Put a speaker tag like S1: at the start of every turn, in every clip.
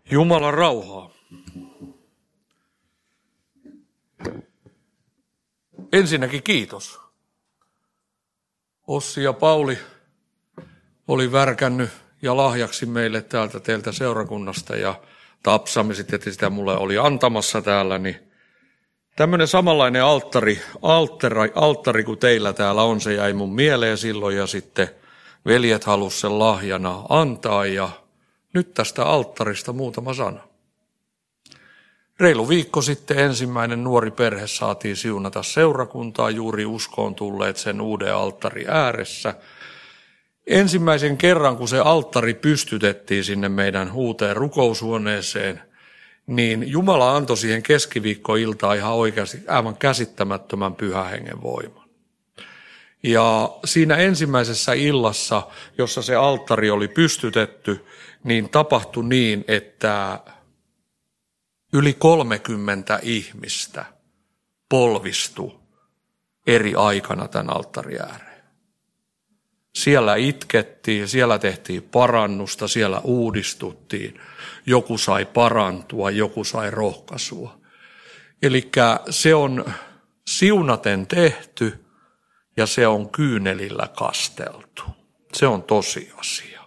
S1: Jumalan rauhaa. Ensinnäkin kiitos. Ossi ja Pauli oli värkännyt ja lahjaksi meille täältä teiltä seurakunnasta ja Tapsami sitten sitä mulle oli antamassa täällä, niin tämmöinen samanlainen alttari kuin teillä täällä on, se jäi mun mieleen silloin ja sitten veljet halusi sen lahjana antaa ja nyt tästä alttarista muutama sana. Reilu viikko sitten ensimmäinen nuori perhe saatiin siunata seurakuntaa, juuri uskoon tulleet sen uuden alttarin ääressä. Ensimmäisen kerran, kun se alttari pystytettiin sinne meidän uuteen rukoushuoneeseen, niin Jumala antoi siihen keskiviikkoiltaan ihan oikeasti aivan käsittämättömän Pyhän Hengen voiman. Ja siinä ensimmäisessä illassa, jossa se alttari oli pystytetty, niin tapahtui niin, että yli 30 ihmistä polvistui eri aikana tämän alttarin ääreen. Siellä itkettiin, siellä tehtiin parannusta, siellä uudistuttiin. Joku sai parantua, joku sai rohkaisua. Eli se on siunaten tehty ja se on kyynelillä kasteltu. Se on tosiasia.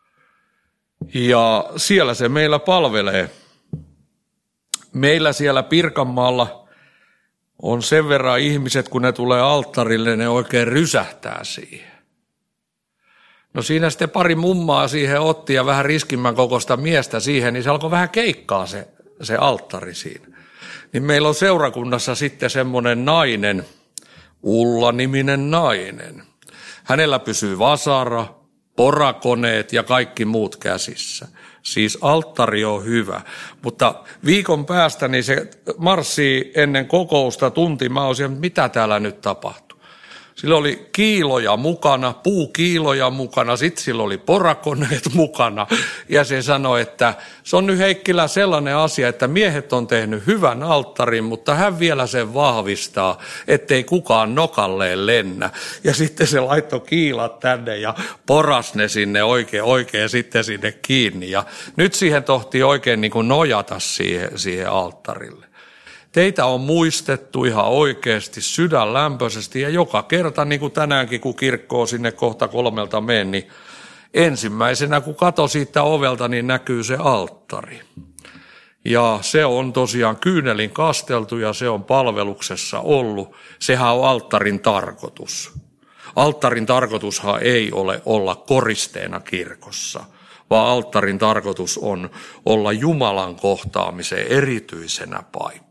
S1: Ja siellä se meillä palvelee. Meillä siellä Pirkanmaalla on sen verran ihmiset, kun ne tulee alttarille, ne oikein rysähtää siihen. No siinä sitten pari mummaa siihen otti ja vähän riskimmän kokoista miestä siihen, niin se alkoi vähän keikkaa se alttari siinä. Niin meillä on seurakunnassa sitten semmoinen nainen, Ulla-niminen nainen. Hänellä pysyy vasara, porakoneet ja kaikki muut käsissä. Siis alttari on hyvä, mutta viikon päästä niin se marssii ennen kokousta tunti. Mä olisin, mitä täällä nyt tapahtuu. Sillä oli kiiloja mukana, puukiiloja mukana, sitten sillä oli porakoneet mukana. Ja se sanoi, että se on nyt Heikkilä sellainen asia, että miehet on tehnyt hyvän alttarin, mutta hän vielä sen vahvistaa, ettei kukaan nokalleen lennä. Ja sitten se laittoi kiilat tänne ja poras ne sinne oikein sitten sinne kiinni. Ja nyt siihen tohti oikein niin kuin nojata siihen alttarille. Teitä on muistettu ihan oikeasti sydänlämpöisesti ja joka kerta, niin kuin tänäänkin, kun kirkkoon sinne kohta 3 menen, niin ensimmäisenä, kun kato siitä ovelta, niin näkyy se alttari. Ja se on tosiaan kyynelin kasteltu ja se on palveluksessa ollut. Sehän on alttarin tarkoitus. Alttarin tarkoitushan ei ole olla koristeena kirkossa, vaan alttarin tarkoitus on olla Jumalan kohtaamisen erityisenä paikkana.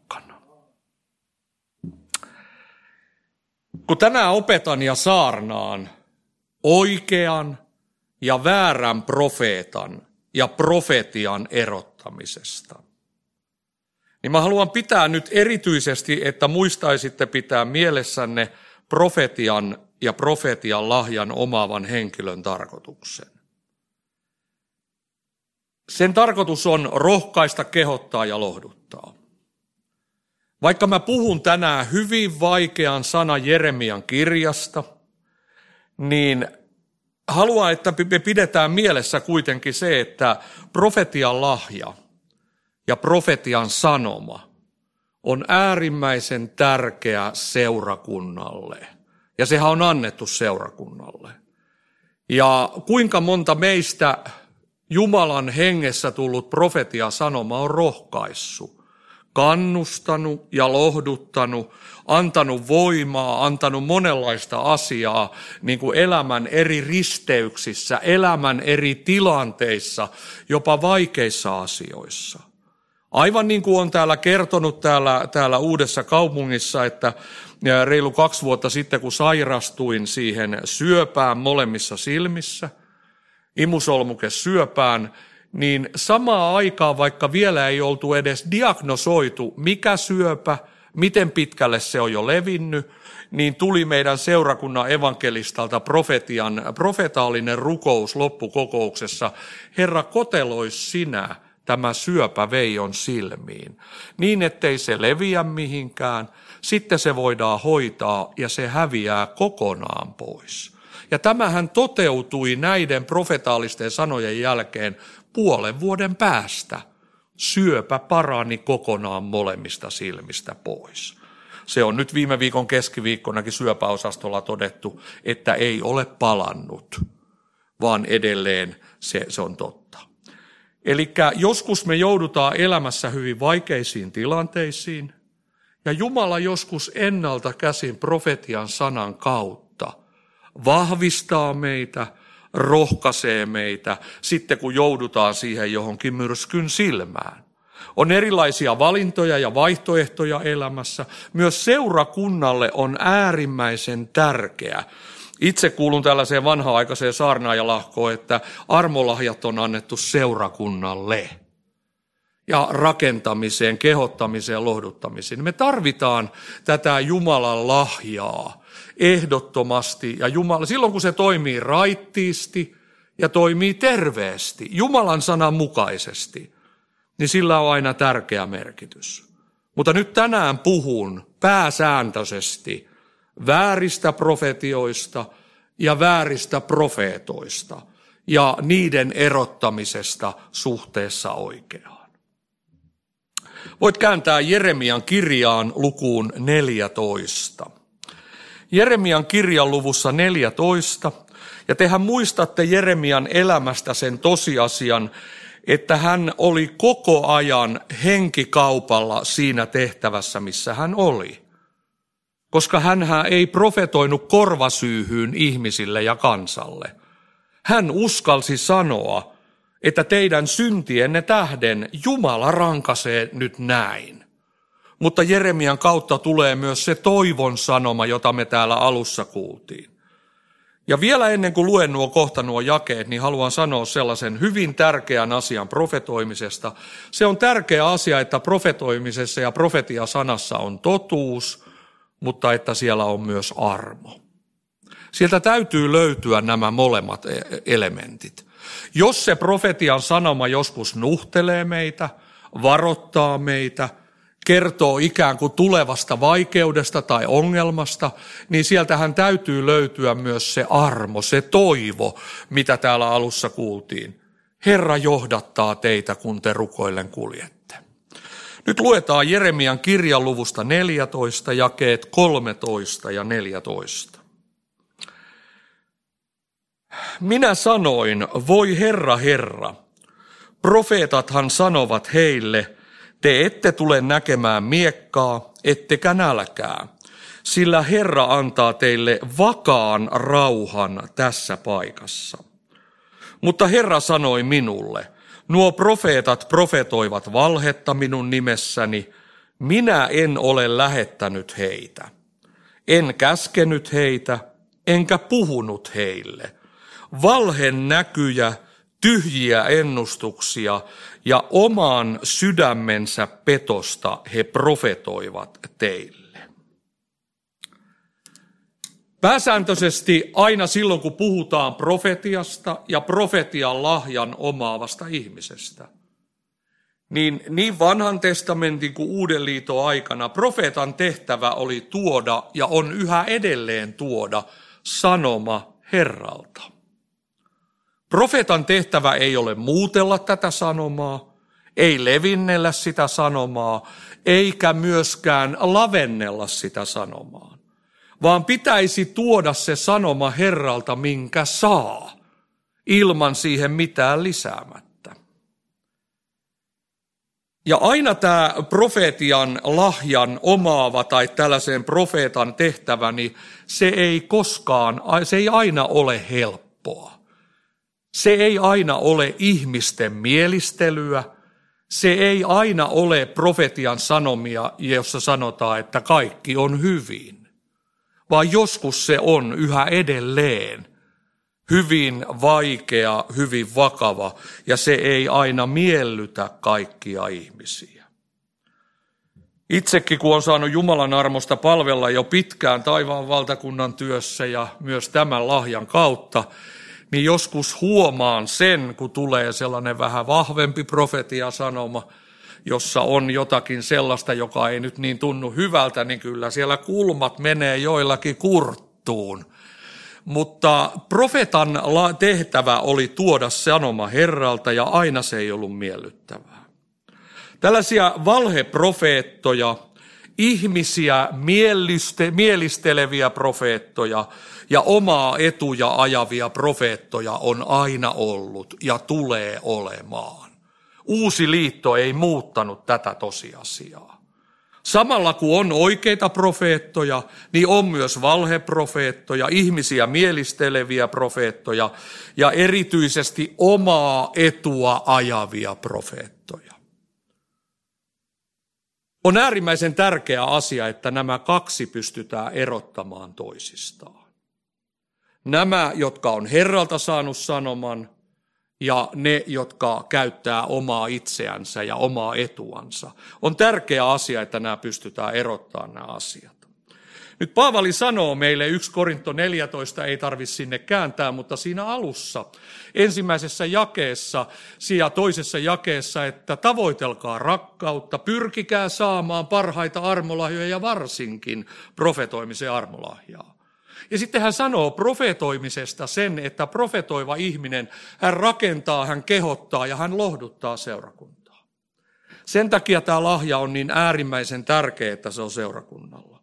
S1: Kun tänään opetan ja saarnaan oikean ja väärän profeetan ja profetian erottamisesta, niin mä haluan pitää nyt erityisesti, että muistaisitte pitää mielessänne profetian ja profetian lahjan omaavan henkilön tarkoituksen. Sen tarkoitus on rohkaista, kehottaa ja lohduttaa. Vaikka mä puhun tänään hyvin vaikean sanan Jeremian kirjasta, niin haluan, että me pidetään mielessä kuitenkin se, että profetian lahja ja profetian sanoma on äärimmäisen tärkeä seurakunnalle. Ja sehän on annettu seurakunnalle. Ja kuinka monta meistä Jumalan hengessä tullut profetian sanoma on rohkaissut, kannustanut ja lohduttanut, antanut voimaa, antanut monenlaista asiaa niin kuin elämän eri risteyksissä, elämän eri tilanteissa, jopa vaikeissa asioissa. Aivan niin kuin on täällä kertonut täällä Uudessa Kaupungissa, että reilu 2 vuotta sitten, kun sairastuin siihen syöpään molemmissa silmissä, imusolmukesyöpään, niin samaan aikaan, vaikka vielä ei oltu edes diagnosoitu, mikä syöpä, miten pitkälle se on jo levinnyt, niin tuli meidän seurakunnan evankelistalta profetaalinen rukous loppukokouksessa. Herra, kotelois sinä tämä syöpä veijon silmiin, niin ettei se leviä mihinkään, sitten se voidaan hoitaa ja se häviää kokonaan pois. Ja tämähän toteutui näiden profetaalisten sanojen jälkeen 5 vuoden päästä, Syöpä parani kokonaan molemmista silmistä pois. Se on nyt viime viikon keskiviikkonakin syöpäosastolla todettu, että ei ole palannut, vaan edelleen se on totta. Eli joskus me joudutaan elämässä hyvin vaikeisiin tilanteisiin, ja Jumala joskus ennalta käsin profetian sanan kautta vahvistaa meitä, rohkaisee meitä, sitten kun joudutaan siihen johonkin myrskyn silmään. On erilaisia valintoja ja vaihtoehtoja elämässä. Myös seurakunnalle on äärimmäisen tärkeä. Itse kuulun tällaiseen vanha-aikaiseen saarnaajalahkoon, että armolahjat on annettu seurakunnalle. Ja rakentamiseen, kehottamiseen, lohduttamiseen. Me tarvitaan tätä Jumalan lahjaa ehdottomasti. Ja Jumala, silloin kun se toimii raittiisti ja toimii terveesti, Jumalan sanan mukaisesti, niin sillä on aina tärkeä merkitys. Mutta nyt tänään puhun pääsääntöisesti vääristä profetioista ja vääristä profeetoista ja niiden erottamisesta suhteessa oikeaan. Voit kääntää Jeremian kirjaan lukuun 14. Jeremian kirjan luvussa 14, ja tehän muistatte Jeremian elämästä sen tosiasian, että hän oli koko ajan henkikaupalla siinä tehtävässä, missä hän oli. Koska hänhän ei profetoinut korvasyyhyyn ihmisille ja kansalle. Hän uskalsi sanoa, että teidän syntienne tähden Jumala rankaisee nyt näin. Mutta Jeremian kautta tulee myös se toivon sanoma, jota me täällä alussa kuultiin. Ja vielä ennen kuin luen nuo jakeet, niin haluan sanoa sellaisen hyvin tärkeän asian profetoimisesta. Se on tärkeä asia, että profetoimisessa ja profetiasanassa on totuus, mutta että siellä on myös armo. Sieltä täytyy löytyä nämä molemmat elementit. Jos se profetian sanoma joskus nuhtelee meitä, varoittaa meitä, kertoo ikään kuin tulevasta vaikeudesta tai ongelmasta, niin sieltähän täytyy löytyä myös se armo, se toivo, mitä täällä alussa kuultiin. Herra johdattaa teitä, kun te rukoillen kuljette. Nyt luetaan Jeremian kirjan luvusta 14, jakeet 13 ja 14. Minä sanoin, voi Herra, Herra, profeetathan sanovat heille, te ette tule näkemään miekkaa, ettekä nälkää, sillä Herra antaa teille vakaan rauhan tässä paikassa. Mutta Herra sanoi minulle, nuo profeetat profetoivat valhetta minun nimessäni, minä en ole lähettänyt heitä. En käskenyt heitä, enkä puhunut heille. Valhen näkyjä, tyhjiä ennustuksia ja oman sydämensä petosta he profetoivat teille. Pääsääntöisesti aina silloin, kun puhutaan profetiasta ja profetian lahjan omaavasta ihmisestä, niin vanhan testamentin kuin uuden liiton aikana profeetan tehtävä oli tuoda ja on yhä edelleen tuoda sanoma Herralta. Profeetan tehtävä ei ole muutella tätä sanomaa, ei levinnellä sitä sanomaa, eikä myöskään lavennella sitä sanomaa, vaan pitäisi tuoda se sanoma Herralta, minkä saa, ilman siihen mitään lisäämättä. Ja aina tämä profeetian lahjan omaava tai tällaisen profeetan tehtävä, niin se ei aina ole helppoa. Se ei aina ole ihmisten mielistelyä, se ei aina ole profetian sanomia, jossa sanotaan, että kaikki on hyvin, vaan joskus se on yhä edelleen hyvin vaikea, hyvin vakava, ja se ei aina miellytä kaikkia ihmisiä. Itsekin, kun on saanut Jumalan armosta palvella jo pitkään taivaan valtakunnan työssä ja myös tämän lahjan kautta, niin joskus huomaan sen, kun tulee sellainen vähän vahvempi profetiasanoma, jossa on jotakin sellaista, joka ei nyt niin tunnu hyvältä, niin kyllä siellä kulmat menee joillakin kurttuun. Mutta profeetan tehtävä oli tuoda sanoma Herralta ja aina se ei ollut miellyttävää. Tällaisia valheprofeettoja, ihmisiä mielisteleviä profeettoja ja omaa etuja ajavia profeettoja on aina ollut ja tulee olemaan. Uusi liitto ei muuttanut tätä tosiasiaa. Samalla kun on oikeita profeettoja, niin on myös valheprofeettoja, ihmisiä mielisteleviä profeettoja ja erityisesti omaa etua ajavia profeettoja. On äärimmäisen tärkeä asia, että nämä kaksi pystytään erottamaan toisistaan. Nämä, jotka on Herralta saanut sanoman, ja ne, jotka käyttää omaa itseänsä ja omaa etuansa. On tärkeä asia, että nämä pystytään erottamaan nämä asiat. Nyt Paavali sanoo meille 1 Korinto 14, ei tarvitse sinne kääntää, mutta siinä alussa, ensimmäisessä jakeessa ja toisessa jakeessa, että tavoitelkaa rakkautta, pyrkikää saamaan parhaita armolahjoja ja varsinkin profetoimisen armolahjaa. Ja sitten hän sanoo profetoimisesta sen, että profetoiva ihminen, hän rakentaa, hän kehottaa ja hän lohduttaa seurakuntaa. Sen takia tämä lahja on niin äärimmäisen tärkeä, että se on seurakunnalla.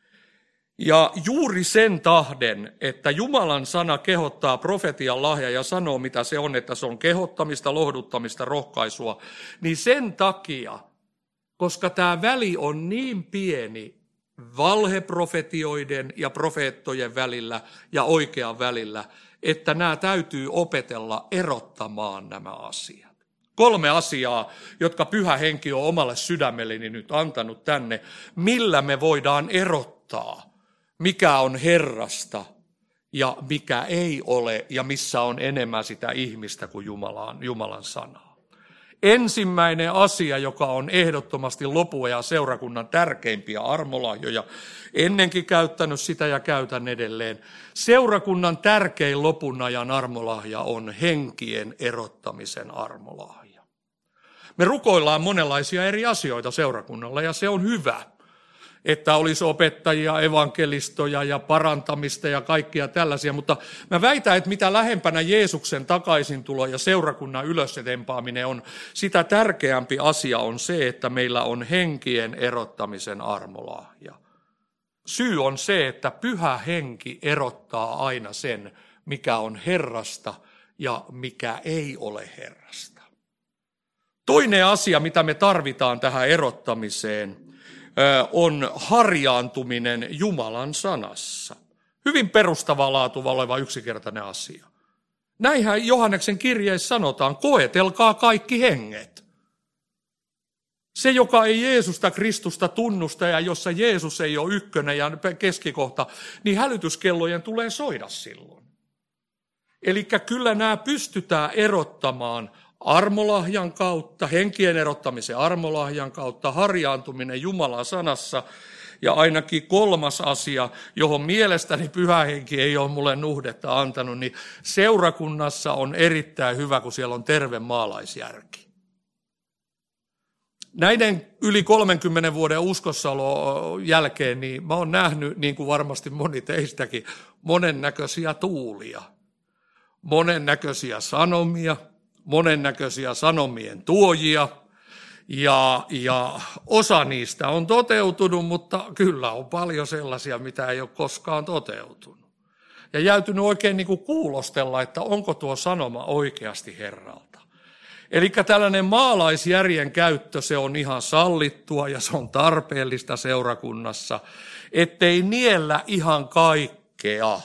S1: Ja juuri sen tahden, että Jumalan sana kehottaa profetian lahja ja sanoo mitä se on, että se on kehottamista, lohduttamista, rohkaisua, niin sen takia, koska tämä väli on niin pieni, valheprofetioiden ja profeettojen välillä ja oikean välillä, että nämä täytyy opetella erottamaan nämä asiat. 3 asiaa, jotka Pyhä Henki on omalle sydämelleni nyt antanut tänne, millä me voidaan erottaa, mikä on Herrasta ja mikä ei ole ja missä on enemmän sitä ihmistä kuin Jumalan sanaa. Ensimmäinen asia, joka on ehdottomasti lopuajan seurakunnan tärkeimpiä armolahjoja, ennenkin käyttänyt sitä ja käytän edelleen. Seurakunnan tärkein lopunajan armolahja on henkien erottamisen armolahja. Me rukoillaan monenlaisia eri asioita seurakunnalla ja se on hyvä, että olisi opettajia, evankelistoja ja parantamista ja kaikkia tällaisia, mutta mä väitän, että mitä lähempänä Jeesuksen takaisintulo ja seurakunnan ylöstempaaminen on, sitä tärkeämpi asia on se, että meillä on henkien erottamisen armolahja. Syy on se, että Pyhä Henki erottaa aina sen, mikä on Herrasta ja mikä ei ole Herrasta. Toinen asia, mitä me tarvitaan tähän erottamiseen, on harjaantuminen Jumalan sanassa. Hyvin perustavaa laatua oleva yksinkertainen asia. Näinhän Johanneksen kirjeessä sanotaan, koetelkaa kaikki henget. Se, joka ei Jeesusta Kristusta tunnusta ja jossa Jeesus ei ole ykkönen ja keskikohta, niin hälytyskellojen tulee soida silloin. Eli kyllä nämä pystytään erottamaan armolahjan kautta, henkien erottamisen armolahjan kautta, harjaantuminen Jumalan sanassa. Ja ainakin 3. asia, johon mielestäni Pyhä Henki ei ole mulle nuhdetta antanut, niin seurakunnassa on erittäin hyvä, kun siellä on terve maalaisjärki. Näiden yli 30 vuoden uskossaolon jälkeen niin mä oon nähnyt, niin kuin varmasti moni teistäkin, monennäköisiä tuulia, monennäköisiä sanomia, monennäköisiä sanomien tuojia ja osa niistä on toteutunut, mutta kyllä on paljon sellaisia, mitä ei ole koskaan toteutunut. Ja jäytynyt oikein niin kuin kuulostella, että onko tuo sanoma oikeasti Herralta. Eli tällainen maalaisjärjen käyttö, se on ihan sallittua ja se on tarpeellista seurakunnassa, ettei niellä ihan kaikkea,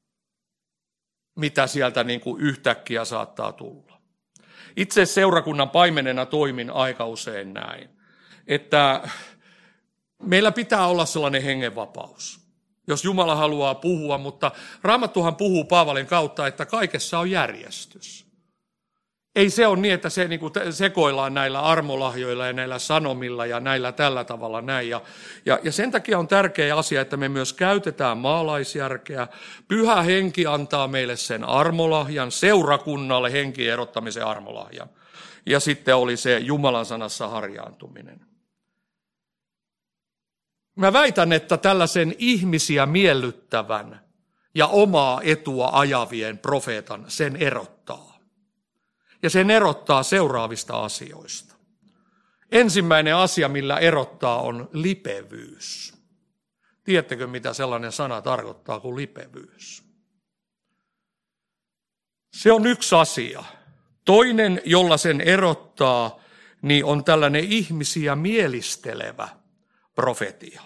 S1: mitä sieltä niin kuin yhtäkkiä saattaa tulla. Itse seurakunnan paimenena toimin aika usein näin, että meillä pitää olla sellainen hengenvapaus, jos Jumala haluaa puhua, mutta Raamattuhan puhuu Paavalin kautta, että kaikessa on järjestys. Ei se ole niin, että se niin kuin sekoillaan näillä armolahjoilla ja näillä sanomilla ja näillä tällä tavalla näin. Ja sen takia on tärkeä asia, että me myös käytetään maalaisjärkeä. Pyhä Henki antaa meille sen armolahjan, seurakunnalle henkien erottamisen armolahjan. Ja sitten oli se Jumalan sanassa harjaantuminen. Mä väitän, että tällaisen ihmisiä miellyttävän ja omaa etua ajavien profeetan sen erottaa. Ja sen erottaa seuraavista asioista. Ensimmäinen asia, millä erottaa, on lipevyys. Tiedättekö, mitä sellainen sana tarkoittaa kuin lipevyys? Se on yksi asia. Toinen, jolla sen erottaa, niin on tällainen ihmisiä mielistelevä profetia.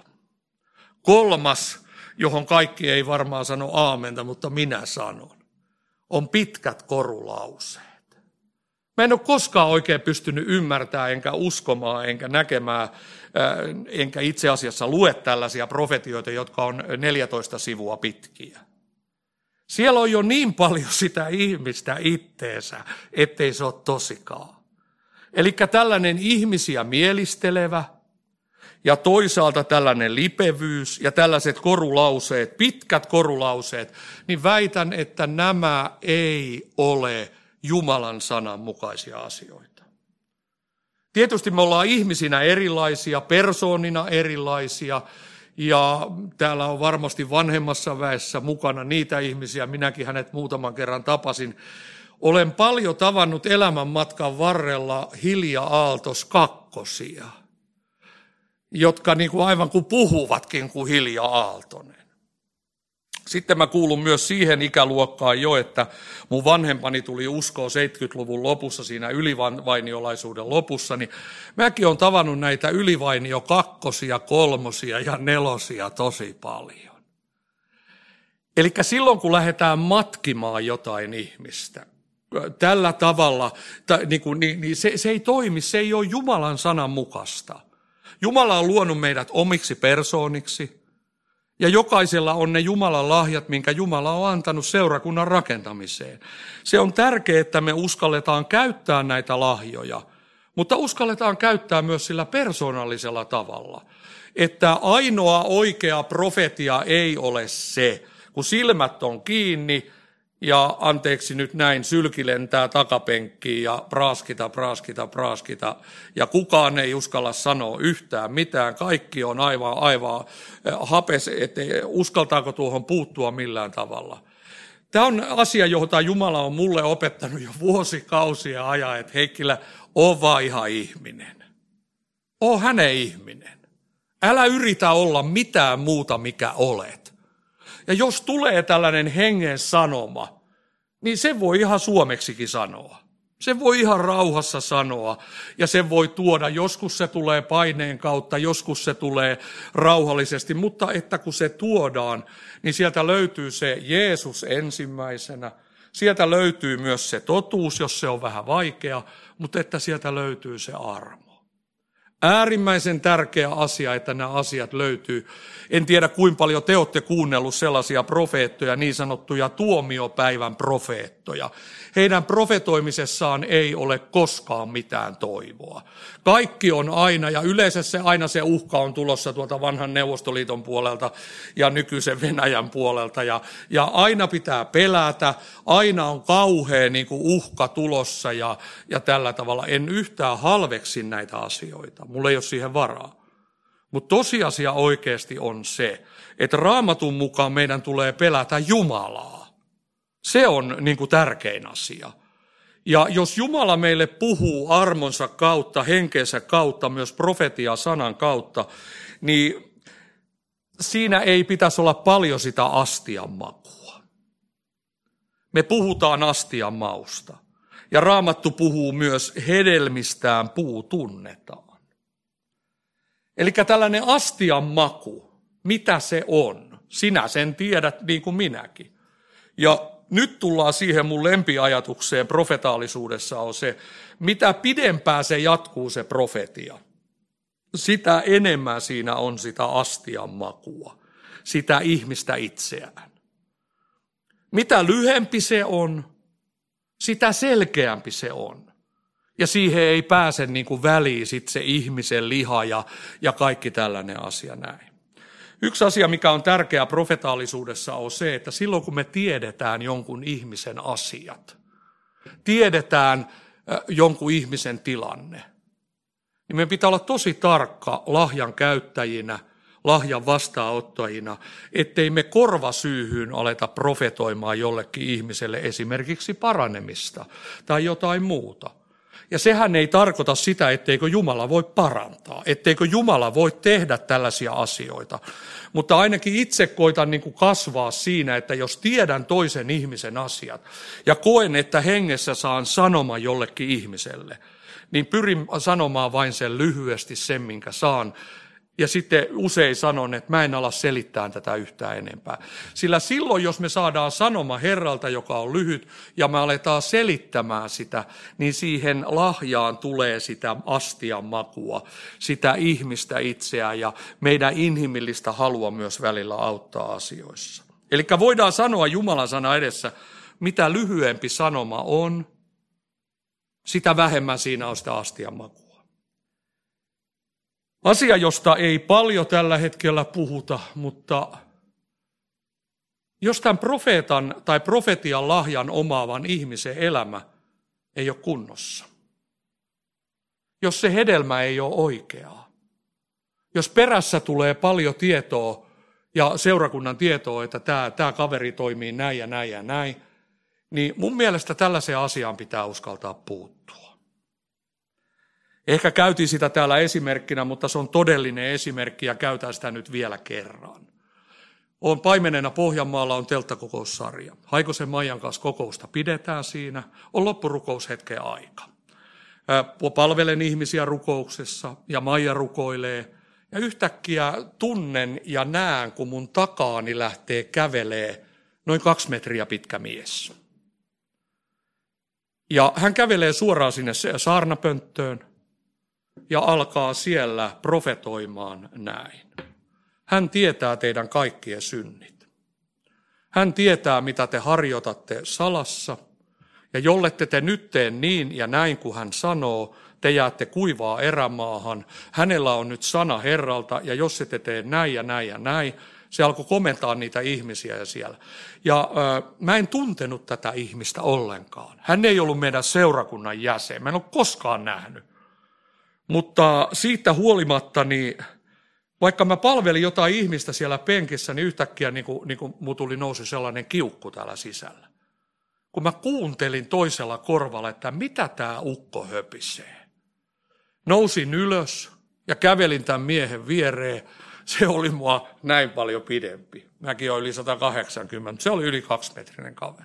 S1: Kolmas, johon kaikki ei varmaan sano aamenta, mutta minä sanon, on pitkät korulauseet. Mä en ole koskaan oikein pystynyt ymmärtämään, enkä uskomaan, enkä näkemään, enkä itse asiassa lue tällaisia profetioita, jotka on 14 sivua pitkiä. Siellä on jo niin paljon sitä ihmistä itteensä, ettei se ole tosikaan. Eli tällainen ihmisiä mielistelevä ja toisaalta tällainen lipevyys ja tällaiset korulauseet, pitkät korulauseet, niin väitän, että nämä ei ole Jumalan sanan mukaisia asioita. Tietysti me ollaan ihmisinä erilaisia, persoonina erilaisia, ja täällä on varmasti vanhemmassa väessä mukana niitä ihmisiä, minäkin hänet muutaman kerran tapasin. Olen paljon tavannut elämän matkan varrella Hilja Aaltos kakkosia, jotka niin kuin aivan kuin puhuvatkin kuin Hilja Aaltonen. Sitten mä kuulun myös siihen ikäluokkaan jo, että mun vanhempani tuli uskoon 70-luvun lopussa, siinä ylivainiolaisuuden lopussa, niin mäkin olen tavannut näitä ylivainio kakkosia, kolmosia ja nelosia tosi paljon. Eli silloin, kun lähdetään matkimaan jotain ihmistä, tällä tavalla, niin se ei toimi, se ei ole Jumalan sanan mukaista. Jumala on luonut meidät omiksi persooniksi. Ja jokaisella on ne Jumalan lahjat, minkä Jumala on antanut seurakunnan rakentamiseen. Se on tärkeää, että me uskalletaan käyttää näitä lahjoja, mutta uskalletaan käyttää myös sillä persoonallisella tavalla. Että ainoa oikea profetia ei ole se, kun silmät on kiinni ja anteeksi nyt näin, sylki lentää takapenkkiin ja praaskita ja kukaan ei uskalla sanoa yhtään mitään. Kaikki on aivan hapes, ettei uskaltaako tuohon puuttua millään tavalla. Tämä on asia, jota Jumala on mulle opettanut jo vuosikausia ajan, että Heikkilä, oo vaan ihan ihminen. Oo hänen ihminen. Älä yritä olla mitään muuta, mikä olet. Ja jos tulee tällainen hengen sanoma, niin se voi ihan suomeksikin sanoa. Se voi ihan rauhassa sanoa ja se voi tuoda, joskus se tulee paineen kautta, joskus se tulee rauhallisesti, mutta että kun se tuodaan, niin sieltä löytyy se Jeesus ensimmäisenä. Sieltä löytyy myös se totuus, jos se on vähän vaikea, mutta että sieltä löytyy se armo. Äärimmäisen tärkeä asia, että nämä asiat löytyy. En tiedä, kuinka paljon te olette kuunnellut sellaisia profeettoja, niin sanottuja tuomiopäivän profeettoja. Heidän profetoimisessaan ei ole koskaan mitään toivoa. Kaikki on aina, ja yleensä aina se uhka on tulossa tuolta vanhan Neuvostoliiton puolelta ja nykyisen Venäjän puolelta. Ja aina pitää pelätä, aina on kauhea niin kuin uhka tulossa ja tällä tavalla. En yhtään halveksi näitä asioita. Mulla ei ole siihen varaa. Mutta tosiasia oikeasti on se, että Raamatun mukaan meidän tulee pelätä Jumalaa. Se on niin kuin tärkein asia. Ja jos Jumala meille puhuu armonsa kautta, henkensä kautta, myös profetia-sanan kautta, niin siinä ei pitäisi olla paljon sitä astian makua. Me puhutaan astian mausta. Ja Raamattu puhuu myös hedelmistään puu tunnetaan. Eli tällainen astian maku, mitä se on? Sinä sen tiedät niin kuin minäkin. Ja nyt tullaan siihen mun lempiajatukseen profetaalisuudessa on se, mitä pidempään se jatkuu se profetia, sitä enemmän siinä on sitä astian makua, sitä ihmistä itseään. Mitä lyhempi se on, sitä selkeämpi se on. Ja siihen ei pääse niin kuin väliin sit se ihmisen liha ja kaikki tällainen asia näin. Yksi asia, mikä on tärkeää profetaalisuudessa, on se, että silloin kun me tiedetään jonkun ihmisen asiat, tiedetään jonkun ihmisen tilanne, niin meidän pitää olla tosi tarkka lahjan käyttäjinä, lahjan vastaanottajina, ettei me korvasyyhyyn aleta profetoimaan jollekin ihmiselle esimerkiksi paranemista tai jotain muuta. Ja sehän ei tarkoita sitä, etteikö Jumala voi parantaa, etteikö Jumala voi tehdä tällaisia asioita. Mutta ainakin itse koitan niin kuin kasvaa siinä, että jos tiedän toisen ihmisen asiat ja koen, että hengessä saan sanoma jollekin ihmiselle, niin pyrin sanomaan vain sen lyhyesti sen, minkä saan. Ja sitten usein sanon, että mä en ala selittää tätä yhtään enempää. Sillä silloin, jos me saadaan sanoma Herralta, joka on lyhyt, ja me aletaan selittämään sitä, niin siihen lahjaan tulee sitä astian makua, sitä ihmistä itseään ja meidän inhimillistä halua myös välillä auttaa asioissa. Eli voidaan sanoa Jumalan sana edessä, mitä lyhyempi sanoma on, sitä vähemmän siinä on sitä astian makua. Asia, josta ei paljon tällä hetkellä puhuta, mutta jos tämän profeetan tai profetian lahjan omaavan ihmisen elämä ei ole kunnossa, jos se hedelmä ei ole oikeaa, jos perässä tulee paljon tietoa ja seurakunnan tietoa, että tämä kaveri toimii näin ja näin ja näin, niin mun mielestä tällaiseen asiaan pitää uskaltaa puuttua. Ehkä käytin sitä täällä esimerkkinä, mutta se on todellinen esimerkki ja käytän sitä nyt vielä kerran. Olen paimenena Pohjanmaalla, on telttakokoussarja. Haikosen Maijan kanssa kokousta pidetään siinä, on loppurukoushetken aika. Palvelen ihmisiä rukouksessa ja Maija rukoilee. Ja yhtäkkiä tunnen ja näen, kun mun takaani lähtee kävelee noin 2 metriä pitkä mies. Ja hän kävelee suoraan sinne saarnapönttöön. Ja alkaa siellä profetoimaan näin. Hän tietää teidän kaikkien synnit. Hän tietää, mitä te harjoitatte salassa. Ja jollette te nyt tee niin ja näin, kuin hän sanoo, te jäätte kuivaa erämaahan. Hänellä on nyt sana Herralta, ja jos ette tee näin ja näin ja näin, se alkoi komentaa niitä ihmisiä ja siellä. Ja mä en tuntenut tätä ihmistä ollenkaan. Hän ei ollut meidän seurakunnan jäsen. Mä en ole koskaan nähnyt. Mutta siitä huolimatta, niin vaikka mä palvelin jotain ihmistä siellä penkissä, niin yhtäkkiä niin kuin mut nousi sellainen kiukku täällä sisällä. Kun mä kuuntelin toisella korvalla, että mitä tämä ukko höpisee. Nousin ylös ja kävelin tämän miehen viereen. Se oli mua näin paljon pidempi. Mäkin olin yli 180, se oli yli 2-metrinen kaveri.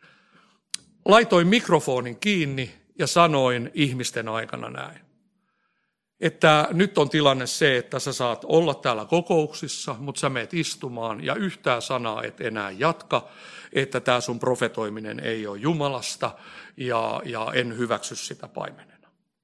S1: Laitoin mikrofonin kiinni ja sanoin ihmisten aikana näin. Että nyt on tilanne se, että sä saat olla täällä kokouksissa, mutta sä meet istumaan ja yhtään sanaa et enää jatka, että tämä sun profetoiminen ei ole Jumalasta ja en hyväksy sitä paimenena.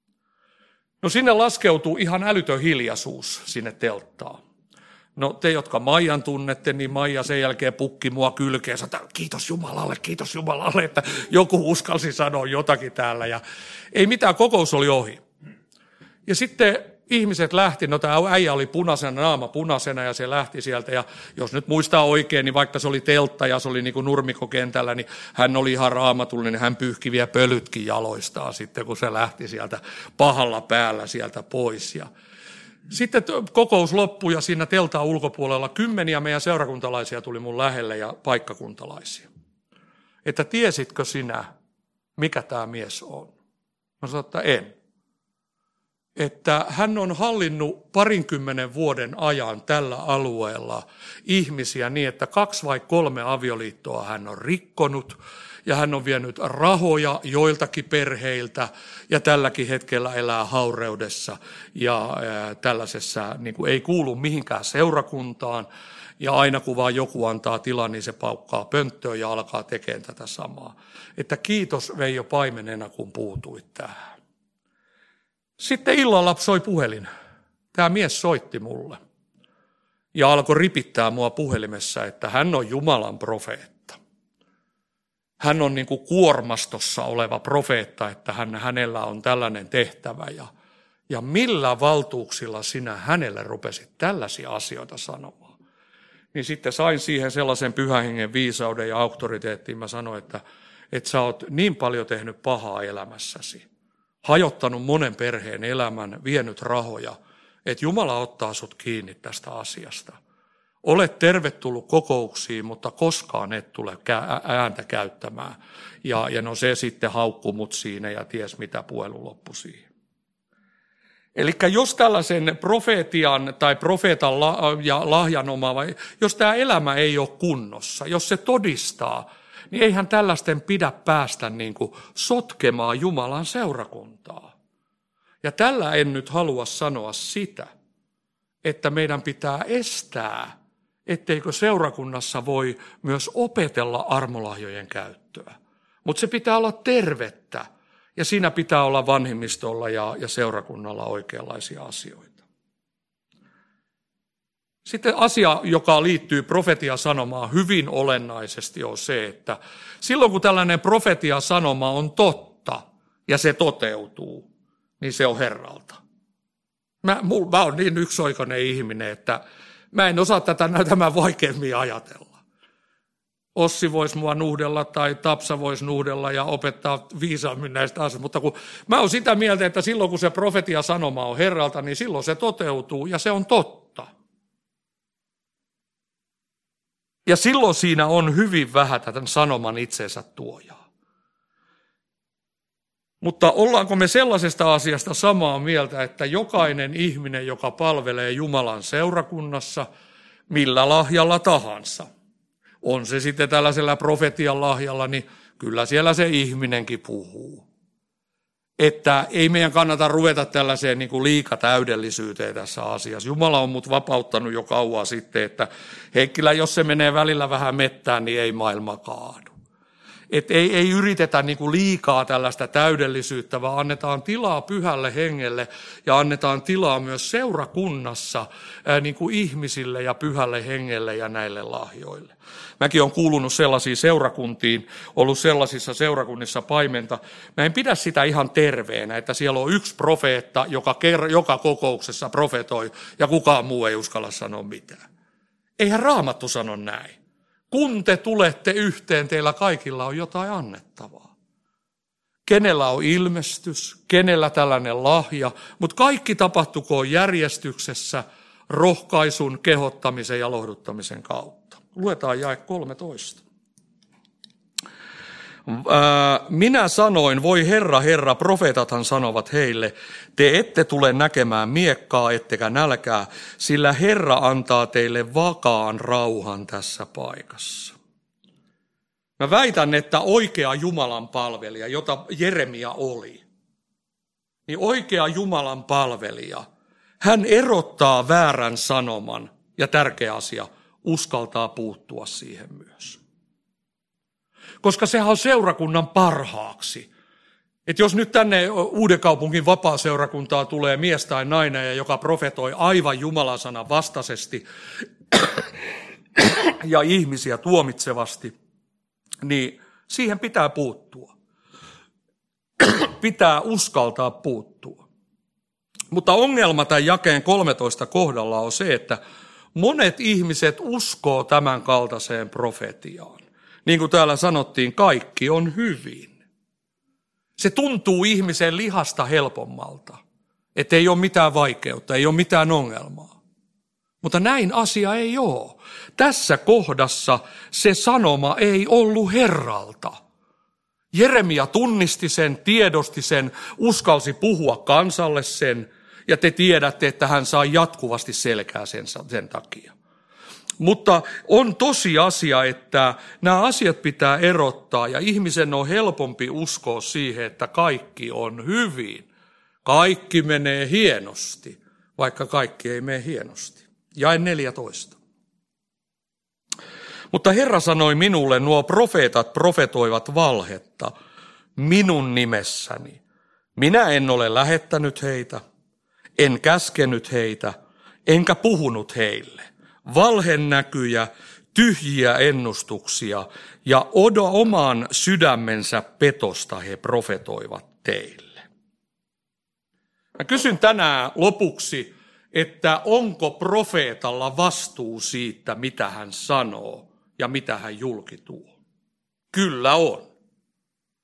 S1: No sinne laskeutuu ihan älytön hiljaisuus sinne telttaan. No te, jotka Maijan tunnette, niin Maija sen jälkeen pukki mua kylkeen, että kiitos Jumalalle, että joku uskalsi sanoa jotakin täällä ja ei mitään, kokous oli ohi. Ja sitten ihmiset lähti, no tämä äijä oli punaisena, naama punaisena ja se lähti sieltä. Ja jos nyt muistaa oikein, niin vaikka se oli teltta ja se oli niin kuin nurmikokentällä, niin hän oli ihan raamatullinen, niin hän pyyhki vielä pölytkin jaloistaan sitten, kun se lähti sieltä pahalla päällä sieltä pois. Ja sitten kokous loppui ja siinä teltan ulkopuolella 10 meidän seurakuntalaisia tuli mun lähelle ja paikkakuntalaisia. Että tiesitkö sinä, mikä tämä mies on? Mä sanoin, että en. Että hän on hallinnut 20 vuoden ajan tällä alueella ihmisiä niin, että 2 vai 3 avioliittoa hän on rikkonut ja hän on vienyt rahoja joiltakin perheiltä ja tälläkin hetkellä elää haureudessa ja tällaisessa niin kuin ei kuulu mihinkään seurakuntaan ja aina kun vaan joku antaa tilaa, niin se paukkaa pönttöön ja alkaa tekemään tätä samaa. Että kiitos Veijo paimenena, kun puutuit tähän. Sitten illalla soi puhelin. Tämä mies soitti mulle ja alkoi ripittää mua puhelimessa, että hän on Jumalan profeetta. Hän on niin kuin kuormastossa oleva profeetta, että hänellä on tällainen tehtävä. Ja millä valtuuksilla sinä hänelle rupesit tällaisia asioita sanomaan? Niin sitten sain siihen sellaisen pyhän hengen viisauden ja auktoriteettiin. Mä sanoin, että sä oot niin paljon tehnyt pahaa elämässäsi. Hajottanut monen perheen elämän, vienyt rahoja, että Jumala ottaa sut kiinni tästä asiasta. Olet tervetullut kokouksiin, mutta koskaan et tule ääntä käyttämään. Ja no se sitten haukkui mut siinä ja ties mitä puhelu loppui siihen. Eli jos tällaisen profeetian tai profeetan ja lahjan omaava, jos tämä elämä ei ole kunnossa, jos se todistaa, niin eihän tällaisten pidä päästä niin kuin sotkemaan Jumalan seurakuntaa. Ja tällä en nyt halua sanoa sitä, että meidän pitää estää, etteikö seurakunnassa voi myös opetella armolahjojen käyttöä. Mutta se pitää olla tervettä ja siinä pitää olla vanhimmistolla ja seurakunnalla oikeanlaisia asioita. Sitten asia, joka liittyy profetiasanomaan hyvin olennaisesti, on se, että silloin kun tällainen profetiasanoma on totta ja se toteutuu, niin se on Herralta. Mä oon niin yksioikoinen ihminen, että mä en osaa tätä tämän vaikeammin ajatella. Ossi voisi mua nuhdella tai Tapsa voisi nuhdella ja opettaa viisaammin näistä asioista, mutta kun mä oon sitä mieltä, että silloin kun se profetiasanoma on Herralta, niin silloin se toteutuu ja se on totta. Ja silloin siinä on hyvin vähän tämän sanoman itsensä tuojaa. Mutta ollaanko me sellaisesta asiasta samaa mieltä, että jokainen ihminen, joka palvelee Jumalan seurakunnassa, millä lahjalla tahansa, on se sitten tällaisella profetian lahjalla, niin kyllä siellä se ihminenkin puhuu. Että ei meidän kannata ruveta tällaiseen niin kuin liikatäydellisyyteen tässä asiassa. Jumala on mut vapauttanut jo kauan sitten, että Heikkilä, jos se menee välillä vähän mettään, niin ei maailma kaadu. Että ei yritetä niin kuin liikaa tällaista täydellisyyttä, vaan annetaan tilaa pyhälle hengelle ja annetaan tilaa myös seurakunnassa niin kuin ihmisille ja pyhälle hengelle ja näille lahjoille. Mäkin olen kuulunut sellaisiin seurakuntiin, ollut sellaisissa seurakunnissa paimenta. Mä en pidä sitä ihan terveenä, että siellä on yksi profeetta, joka kokouksessa profetoi ja kukaan muu ei uskalla sanoa mitään. Eihän Raamattu sano näin. Kun te tulette yhteen, teillä kaikilla on jotain annettavaa. Kenellä on ilmestys, kenellä tällainen lahja, mutta kaikki tapahtukoon järjestyksessä rohkaisun, kehottamisen ja lohduttamisen kautta. Luetaan jae 13. Minä sanoin, voi Herra, Herra, profeetathan sanovat heille, te ette tule näkemään miekkaa ettekä nälkää, sillä Herra antaa teille vakaan rauhan tässä paikassa. Mä väitän, että oikea Jumalan palvelija, jota Jeremia oli, niin oikea Jumalan palvelija, hän erottaa väärän sanoman ja tärkeä asia, uskaltaa puuttua siihen myös. Koska sehän on seurakunnan parhaaksi. Että jos nyt tänne Uudenkaupungin vapaaseurakuntaa tulee mies tai nainen, joka profetoi aivan Jumalan sanan vastaisesti ja ihmisiä tuomitsevasti, niin siihen pitää puuttua. Pitää uskaltaa puuttua. Mutta ongelma tämän jakeen 13 kohdalla on se, että monet ihmiset uskoo tämän kaltaiseen profetiaan. Niin kuin täällä sanottiin, kaikki on hyvin. Se tuntuu ihmisen lihasta helpommalta, että ei ole mitään vaikeutta, ei ole mitään ongelmaa. Mutta näin asia ei ole. Tässä kohdassa se sanoma ei ollut Herralta. Jeremia tunnisti sen, tiedosti sen, uskalsi puhua kansalle sen, ja te tiedätte, että hän saa jatkuvasti selkää sen takia. Mutta on tosiasia, että nämä asiat pitää erottaa ja ihmisen on helpompi uskoa siihen, että kaikki on hyvin. Kaikki menee hienosti, vaikka kaikki ei mene hienosti. Jae 14. Mutta Herra sanoi minulle, nuo profeetat profetoivat valhetta minun nimessäni. Minä en ole lähettänyt heitä, en käskenyt heitä, enkä puhunut heille. Valhennäkyjä, tyhjiä ennustuksia ja oman sydämensä petosta he profetoivat teille. Mä kysyn tänään lopuksi, että onko profeetalla vastuu siitä, mitä hän sanoo ja mitä hän julki tuo? Kyllä on.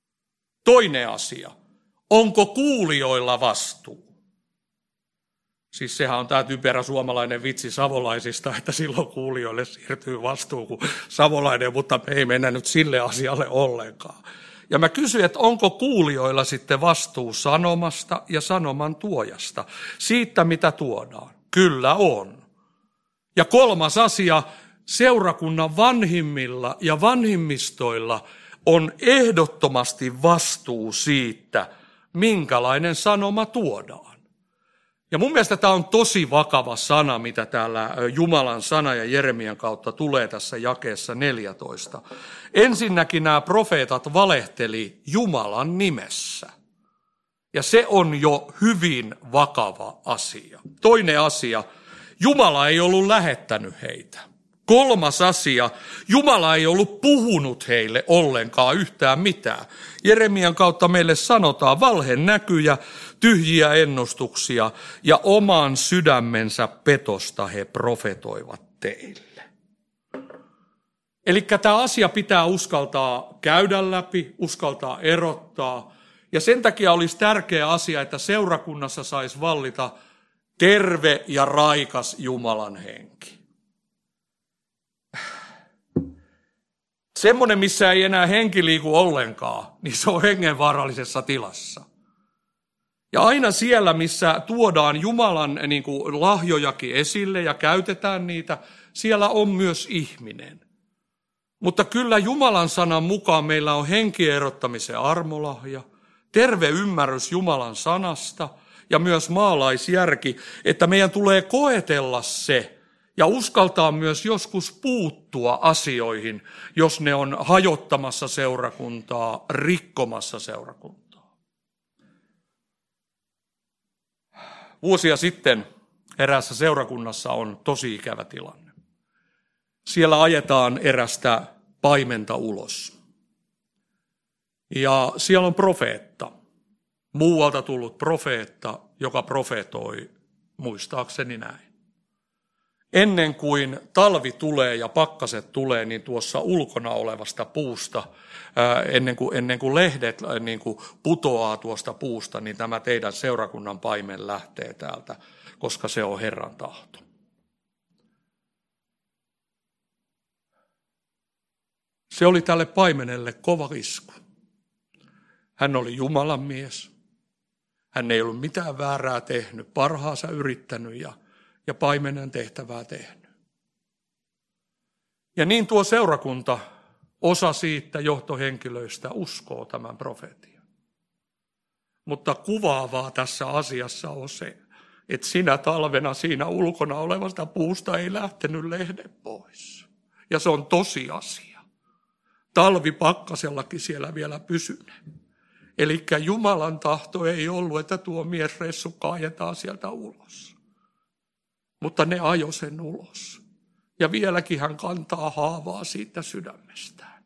S1: Toinen asia, onko kuulijoilla vastuu? Siis sehän on tämä typerä suomalainen vitsi savolaisista, että silloin kuulijoille siirtyy vastuu kuin savolainen, mutta me ei mennä nyt sille asialle ollenkaan. Ja mä kysyin, että onko kuulijoilla sitten vastuu sanomasta ja sanoman tuojasta, siitä mitä tuodaan. Kyllä on. Ja kolmas asia, seurakunnan vanhimmilla ja vanhimmistoilla on ehdottomasti vastuu siitä, minkälainen sanoma tuodaan. Ja mun mielestä tämä on tosi vakava sana, mitä täällä Jumalan sana ja Jeremian kautta tulee tässä jakeessa 14. Ensinnäkin nämä profeetat valehteli Jumalan nimessä. Ja se on jo hyvin vakava asia. Toinen asia, Jumala ei ollut lähettänyt heitä. Kolmas asia, Jumala ei ollut puhunut heille ollenkaan yhtään mitään. Jeremian kautta meille sanotaan valhenäkyjä, tyhjiä ennustuksia ja oman sydämensä petosta he profetoivat teille. Eli tämä asia pitää uskaltaa käydä läpi, uskaltaa erottaa. Ja sen takia olisi tärkeä asia, että seurakunnassa saisi vallita terve ja raikas Jumalan henki. Semmoinen, missä ei enää henki liiku ollenkaan, niin se on hengenvaarallisessa tilassa. Ja aina siellä, missä tuodaan Jumalan lahjojakin esille ja käytetään niitä, siellä on myös ihminen. Mutta kyllä Jumalan sanan mukaan meillä on henkien erottamisen armolahja, terve ymmärrys Jumalan sanasta ja myös maalaisjärki, että meidän tulee koetella se ja uskaltaa myös joskus puuttua asioihin, jos ne on hajottamassa seurakuntaa, rikkomassa seurakuntaa. Vuosia sitten eräässä seurakunnassa on tosi ikävä tilanne. Siellä ajetaan erästä paimenta ulos. Ja siellä on profeetta, muualta tullut profeetta, joka profeetoi muistaakseni näin. Ennen kuin talvi tulee ja pakkaset tulee, niin tuossa ulkona olevasta puusta, ennen kuin lehdet putoaa tuosta puusta, niin tämä teidän seurakunnan paimen lähtee täältä, koska se on Herran tahto. Se oli tälle paimenelle kova isku. Hän oli Jumalan mies. Hän ei ollut mitään väärää tehnyt, parhaansa yrittänyt ja paimenen tehtävää tehnyt. Ja niin tuo seurakunta, osa siitä johtohenkilöistä uskoo tämän profeetian. Mutta kuvaavaa tässä asiassa on se, että sinä talvena siinä ulkona olevasta puusta ei lähtenyt lehdet pois. Ja se on tosiasia. Talvipakkasellakin siellä vielä pysyne. Eli Jumalan tahto ei ollut, että tuo miesressu kaajetaan sieltä ulos. Mutta ne ajoi sen ulos. Ja vieläkin hän kantaa haavaa siitä sydämestään.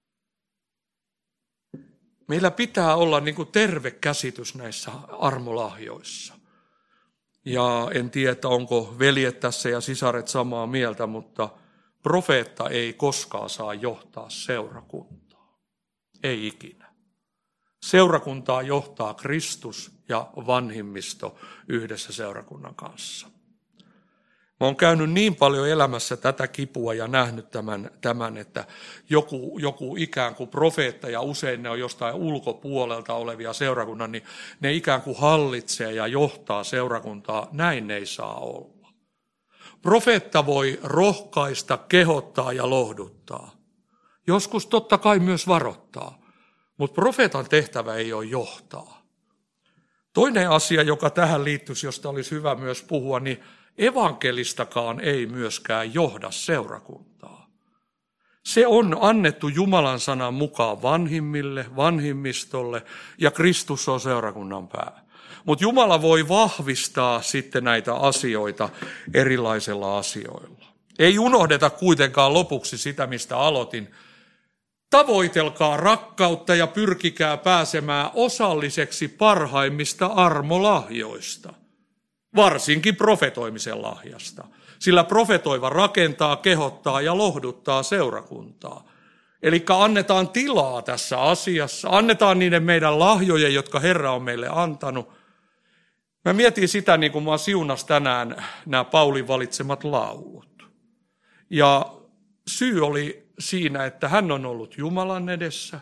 S1: Meillä pitää olla terve käsitys näissä armolahjoissa. Ja en tiedä, onko veljet tässä ja sisaret samaa mieltä, mutta profeetta ei koskaan saa johtaa seurakuntaa. Ei ikinä. Seurakuntaa johtaa Kristus ja vanhimmisto yhdessä seurakunnan kanssa. Mä oon käynyt niin paljon elämässä tätä kipua ja nähnyt tämän että joku ikään kuin profeetta, ja usein ne on jostain ulkopuolelta olevia seurakunnan, niin ne ikään kuin hallitsee ja johtaa seurakuntaa. Näin ei saa olla. Profeetta voi rohkaista, kehottaa ja lohduttaa. Joskus totta kai myös varoittaa, mutta profeetan tehtävä ei ole johtaa. Toinen asia, joka tähän liittyisi, josta olisi hyvä myös puhua, niin evankelistakaan ei myöskään johda seurakuntaa. Se on annettu Jumalan sanan mukaan vanhimmille, vanhimmistolle ja Kristus on seurakunnan pää. Mutta Jumala voi vahvistaa sitten näitä asioita erilaisilla asioilla. Ei unohdeta kuitenkaan lopuksi sitä, mistä aloitin. Tavoitelkaa rakkautta ja pyrkikää pääsemään osalliseksi parhaimmista armolahjoista. Varsinkin profetoimisen lahjasta, sillä profetoiva rakentaa, kehottaa ja lohduttaa seurakuntaa. Eli annetaan tilaa tässä asiassa, annetaan niiden meidän lahjojen, jotka Herra on meille antanut. Mä mietin sitä, niin kuin mä siunas tänään nämä Paulin valitsemat laulut. Ja syy oli siinä, että hän on ollut Jumalan edessä.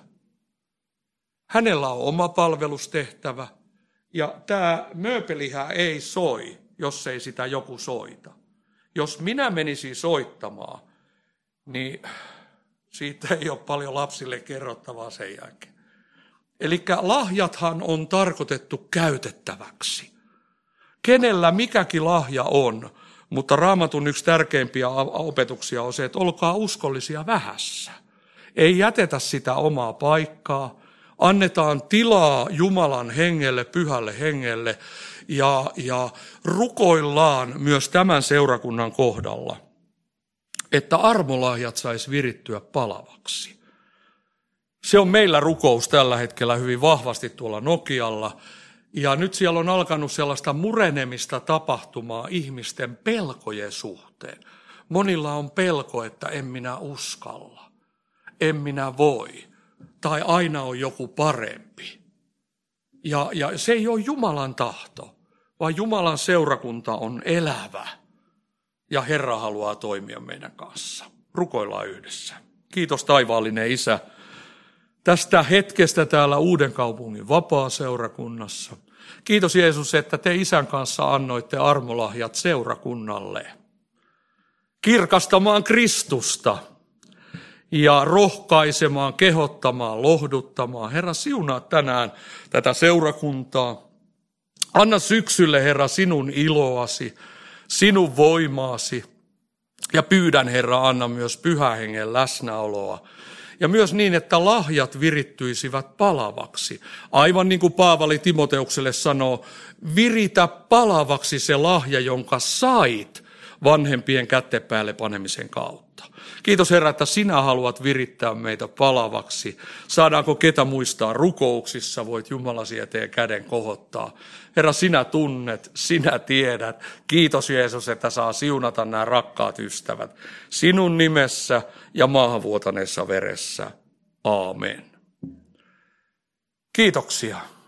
S1: Hänellä on oma palvelustehtävä. Ja tämä mööpelihän ei soi, jos ei sitä joku soita. Jos minä menisin soittamaan, niin siitä ei ole paljon lapsille kerrottavaa sen jälkeen. Eli lahjathan on tarkoitettu käytettäväksi. Kenellä mikäkin lahja on, mutta Raamatun yksi tärkeimpiä opetuksia on se, että olkaa uskollisia vähässä. Ei jätetä sitä omaa paikkaa, annetaan tilaa Jumalan hengelle, pyhälle hengelle ja rukoillaan myös tämän seurakunnan kohdalla, että armolahjat saisi virittyä palavaksi. Se on meillä rukous tällä hetkellä hyvin vahvasti tuolla Nokialla. Ja nyt siellä on alkanut sellaista murenemista tapahtumaa ihmisten pelkojen suhteen. Monilla on pelko, että en minä uskalla, en minä voi, tai aina on joku parempi. Ja se ei ole Jumalan tahto, vaan Jumalan seurakunta on elävä. Ja Herra haluaa toimia meidän kanssa. Rukoillaan yhdessä. Kiitos taivaallinen Isä tästä hetkestä täällä Uudenkaupungin vapaa-seurakunnassa. Kiitos Jeesus, että te Isän kanssa annoitte armolahjat seurakunnalle. Kirkastamaan Kristusta ja rohkaisemaan, kehottamaan, lohduttamaan. Herra, siunaa tänään tätä seurakuntaa. Anna syksylle, Herra, sinun iloasi, sinun voimaasi. Ja pyydän, Herra, anna myös Pyhän Hengen läsnäoloa. Ja myös niin, että lahjat virittyisivät palavaksi. Aivan niin kuin Paavali Timoteukselle sanoo, viritä palavaksi se lahja, jonka sait vanhempien kätten päälle panemisen kautta. Kiitos Herra, että sinä haluat virittää meitä palavaksi. Saadaanko ketä muistaa rukouksissa, voit Jumalasi eteen käden kohottaa. Herra, sinä tunnet, sinä tiedät. Kiitos Jeesus, että saa siunata nämä rakkaat ystävät. Sinun nimessä ja maahanvuotaneessa veressä. Aamen. Kiitoksia.